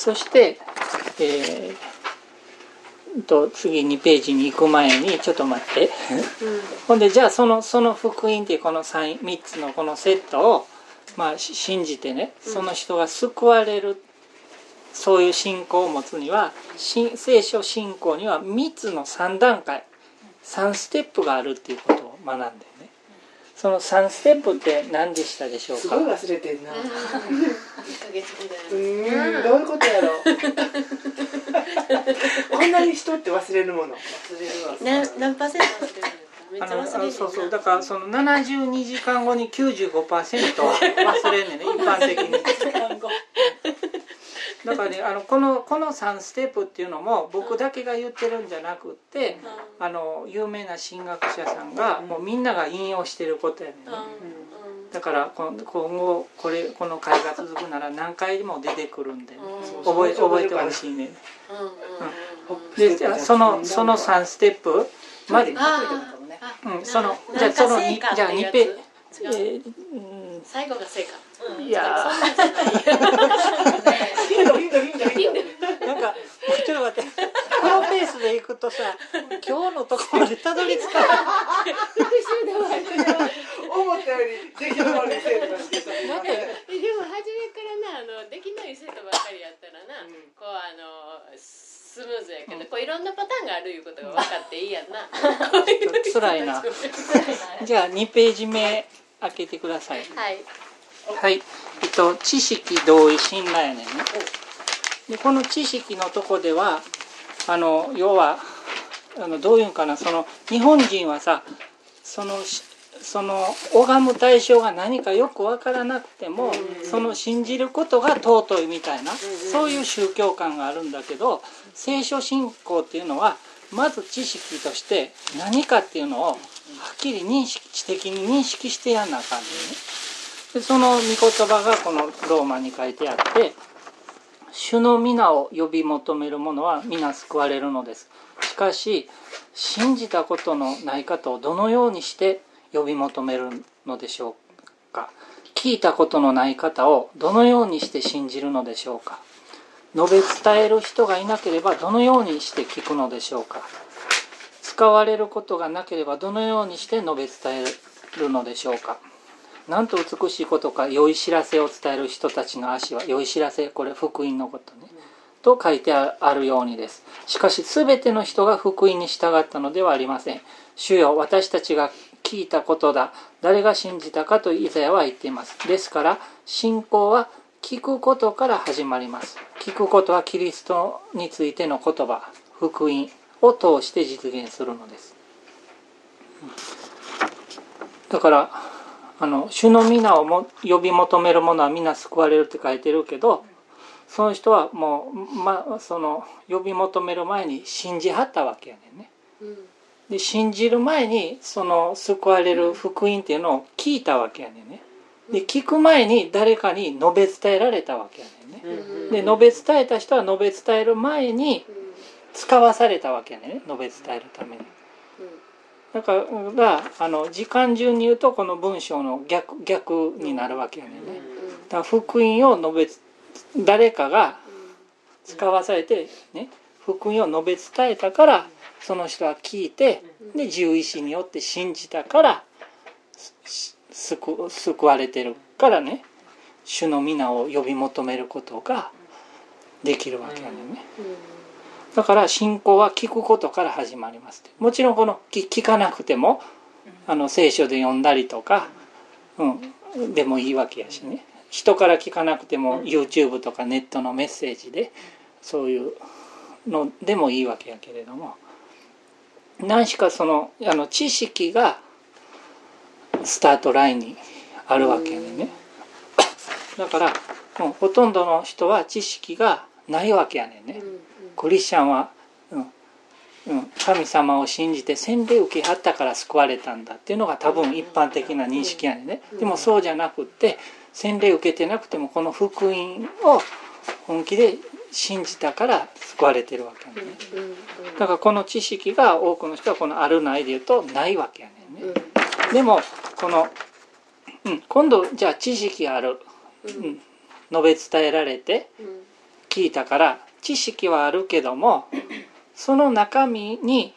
そして、次2ページに行く前にちょっと待って、ほんでじゃあその福音っていうこの 3つのこのセットを、信じてね、その人が救われる、そういう信仰を持つには、聖書信仰には3つの3段階3ステップがあるっていうことを学んでね。その3ステップって何でしたでしょうか。 すごい忘れてんな。 1ヶ月ぐらい。 どういうことやろう。こんなに人って忘れるもの。 何パーセント忘れるの？めっちゃ忘れる。 そうだからその72時間後に 95% 忘れんねんね、一般的に。だからね、この3ステップっていうのも僕だけが言ってるんじゃなくって、有名な神学者さんがもうみんなが引用してることやねんね。だから今後この会が続くなら何回も出てくるんで、ね、覚えてほしいね。でじゃあその3ステップまで、じゃあ2ペ最後が正解。 いやヒントなんかちょっと待って、このペースでいくとさ、今日のところまでたどり着かない。 思ったより出来の悪い生徒がしてた。 でも初めからなできない生徒ばっかりやったらな、こうスムーズやけど、こういろんなパターンがあるいうことが分かっていいやんな。 辛いな。じゃあ2ページ目開けてください。はい。知識同意信頼やねんね。でこの知識のとこでは要はどういうんかな、日本人はさ、その拝む対象が何かよく分からなくても、その信じることが尊いみたいな、そういう宗教観があるんだけど、聖書信仰っていうのはまず知識として何かっていうのをはっきり知的に認識してやんなあかんね。でその御言葉がこのローマに書いてあって、主の皆を呼び求める者は皆救われるのです。しかし信じたことのない方をどのようにして呼び求めるのでしょうか。聞いたことのない方をどのようにして信じるのでしょうか。述べ伝える人がいなければどのようにして聞くのでしょうか。使われることがなければどのようにして述べ伝えるのでしょうか。なんと美しいことか、良い知らせを伝える人たちの足は、良い知らせ、これ福音のことね、と書いてあるようにです。しかし全ての人が福音に従ったのではありません。主よ、私たちが聞いたことだ、誰が信じたかとイザヤは言っています。ですから信仰は聞くことから始まります。聞くことはキリストについての言葉、福音を通して実現するのです。だから主の皆を呼び求める者は皆救われるって書いてるけど、その人はもう、その呼び求める前に信じはったわけやねんね。で信じる前にその救われる福音っていうのを聞いたわけやねんね。で聞く前に誰かに述べ伝えられたわけやねんね。で述べ伝えた人は述べ伝える前に使わされたわけやねんね、述べ伝えるために。だから時間順に言うとこの文章の逆になるわけやねんね。だから福音を誰かが使わされてね、福音を述べ伝えたからその人は聞いて、で自由意志によって信じたから救われてるからね、主の皆を呼び求めることができるわけやねんね。だから信仰は聞くことから始まります。もちろんこの聞かなくても聖書で読んだりとか、でもいいわけやしね。人から聞かなくても YouTube とかネットのメッセージでそういうのでもいいわけやけれども、何しかその知識がスタートラインにあるわけやね。だからほとんどの人は知識がないわけやねんね。クリスチャンは、神様を信じて洗礼受けはったから救われたんだっていうのが多分一般的な認識やね。でもそうじゃなくって洗礼受けてなくてもこの福音を本気で信じたから救われてるわけやね。だからこの知識が多くの人はこのあるないで言うとないわけやねんね。でもこの、今度じゃあ知識ある、述べ伝えられて聞いたから知識はあるけどもその中身に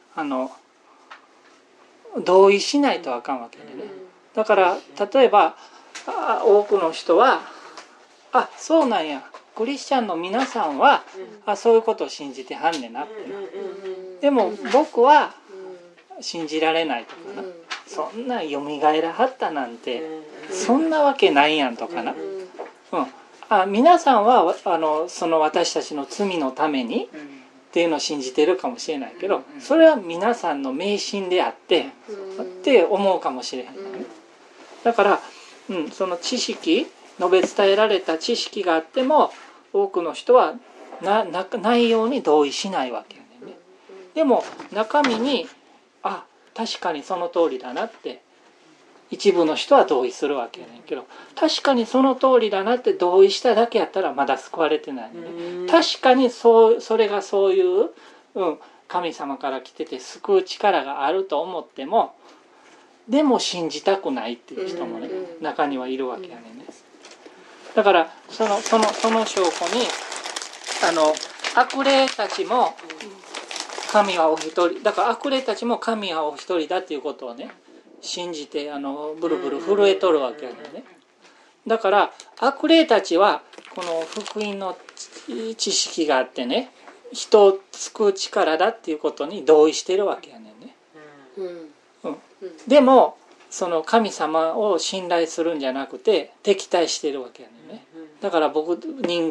同意しないとあかんわけでね。だから例えば多くの人はそうなんやクリスチャンの皆さんはそういうことを信じてはんねんなってな。でも僕は信じられないとかな、そんなよみがえらはったなんてそんなわけないやんとかな、皆さんはその私たちの罪のためにっていうのを信じてるかもしれないけど、それは皆さんの迷信であってって思うかもしれへん、ね、だから、その知識述べ伝えられた知識があっても多くの人は内容に同意しないわけやねんね。でも中身に確かにその通りだなって一部の人は同意するわけやねんけど、確かにその通りだなって同意しただけやったらまだ救われてないね。確かにそれがそういう、神様から来てて救う力があると思ってもでも信じたくないっていう人もね中にはいるわけやねんね。だからその証拠に悪霊たちも神はお一人だから悪霊たちも神はお一人だっていうことをね信じてブルブル震えとるわけやね。だから悪霊たちはこの福音の知識があってね人を救う力だっていうことに同意してるわけやねんね。でもその神様を信頼するんじゃなくて敵対してるわけやねんね。だから人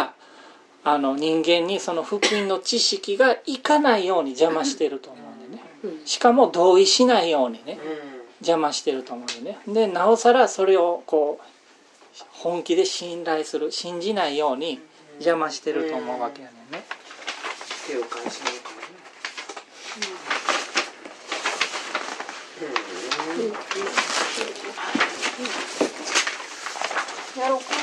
間にその福音の知識がいかないように邪魔してると思うんでね。しかも同意しないようにね邪魔してると思うんでね。でなおさらそれをこう本気で信じないように邪魔してると思うわけやねんね。 手を返しないからね。やろうか。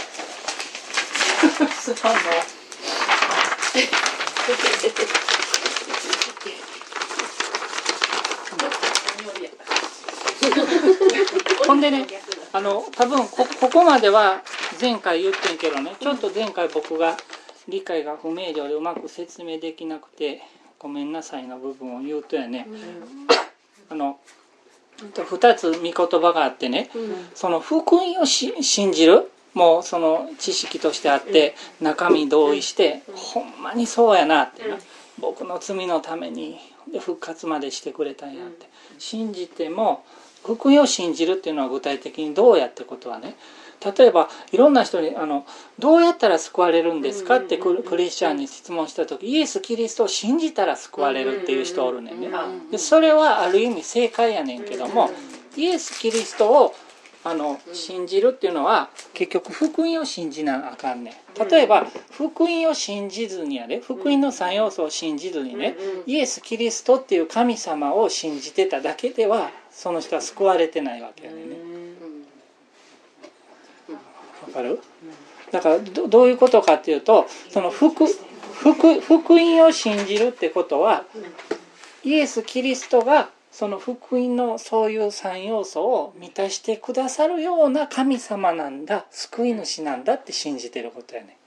ほんでね多分ここまでは前回言ってんけどねちょっと前回僕が理解が不明瞭でうまく説明できなくてごめんなさいの部分を言うとやね、2つ御言葉があってね、その福音を信じるもうその知識としてあって中身同意してほんまにそうやなってな僕の罪のために復活までしてくれたんやって信じても福音を信じるっていうのは具体的にどうやってことはね例えばいろんな人にどうやったら救われるんですかってクリスチャンに質問した時イエス・キリストを信じたら救われるっていう人おるねんね。でそれはある意味正解やねんけどもイエス・キリストを信じるっていうのは結局福音を信じなあかんねん。例えば福音を信じずにやで福音の3要素を信じずにねイエス・キリストっていう神様を信じてただけではその人は救われてないわけやねんね。わかる？だからどういうことかっていうとその福音を信じるってことはイエス・キリストがその福音のそういう3要素を満たしてくださるような神様なんだ救い主なんだって信じてることやね。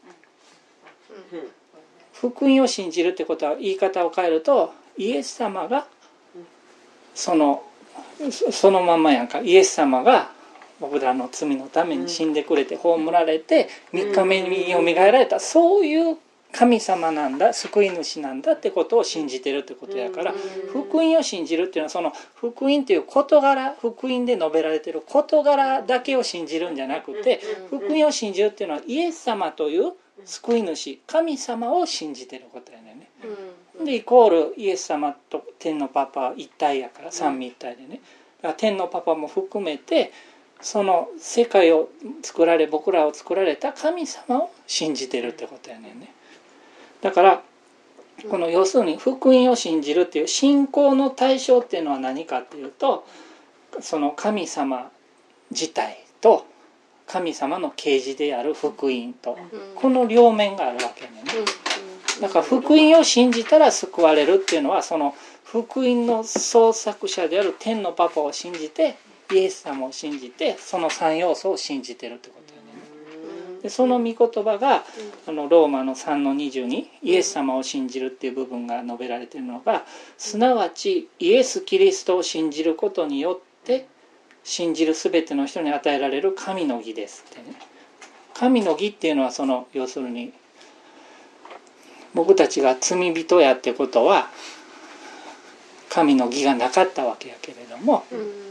福音を信じるってことは言い方を変えるとイエス様がそのまんまやんか。イエス様が僕らの罪のために死んでくれて葬られて3日目によみがえられたそういう神様なんだ救い主なんだってことを信じてるってことやから福音を信じるっていうのはその福音っていう事柄福音で述べられてる事柄だけを信じるんじゃなくて福音を信じるっていうのはイエス様という救い主神様を信じてることやね。でイコールイエス様と天のパパは一体やから三位一体でねだから天のパパも含めてその世界を僕らを作られた神様を信じてるってことやねんね。だからこの要するに福音を信じるっていう信仰の対象っていうのは何かっていうとその神様自体と神様の啓示である福音とこの両面があるわけやねんね。だから福音を信じたら救われるっていうのはその福音の創作者である天のパパを信じてイエス様を信じてその3要素を信じてるってことやね。 でその御言葉がローマの 3-20 イエス様を信じるっていう部分が述べられているのが、すなわちイエス・キリストを信じることによって信じるすべての人に与えられる神の義ですってね。神の義っていうのは要するに僕たちが罪人やってことは神の義がなかったわけやけれども、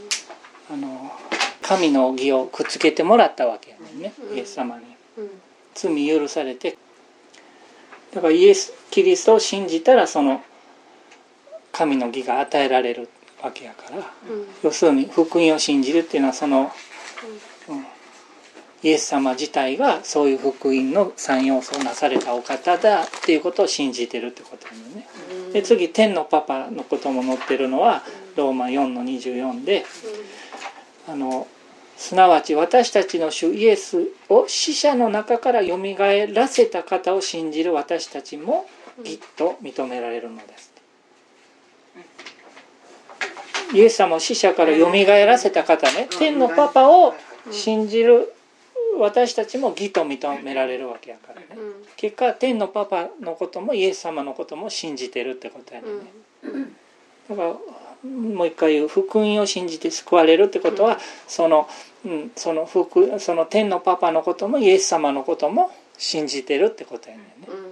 神の義をくっつけてもらったわけやね、イエス様に。罪許されて、だからイエス・キリストを信じたらその神の義が与えられるわけやから、要するに福音を信じるっていうのはイエス様自体がそういう福音の3要素をなされたお方だっていうことを信じてるってことなんだね。で次天のパパのことも載ってるのはローマ 4-24 で、すなわち私たちの主イエスを死者の中からよみがえらせた方を信じる私たちも義と認められるのです。イエス様を死者からよみがえらせた方ね、天のパパを信じる私たちも義と認められるわけやからね。結果天のパパのこともイエス様のことも信じてるってことやね。だからもう一回言う、福音を信じて救われるってことは、その天のパパのこともイエス様のことも信じてるってことやね。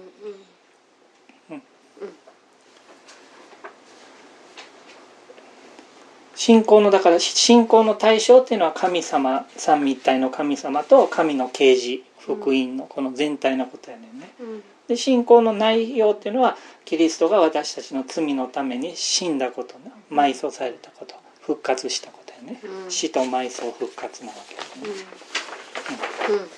信仰の対象っていうのは神様、三位一体の神様と神の啓示、福音のこの全体のことやねんね。で信仰の内容っていうのはキリストが私たちの罪のために死んだこと、埋葬されたこと、復活したことやね。死と埋葬復活なわけですね。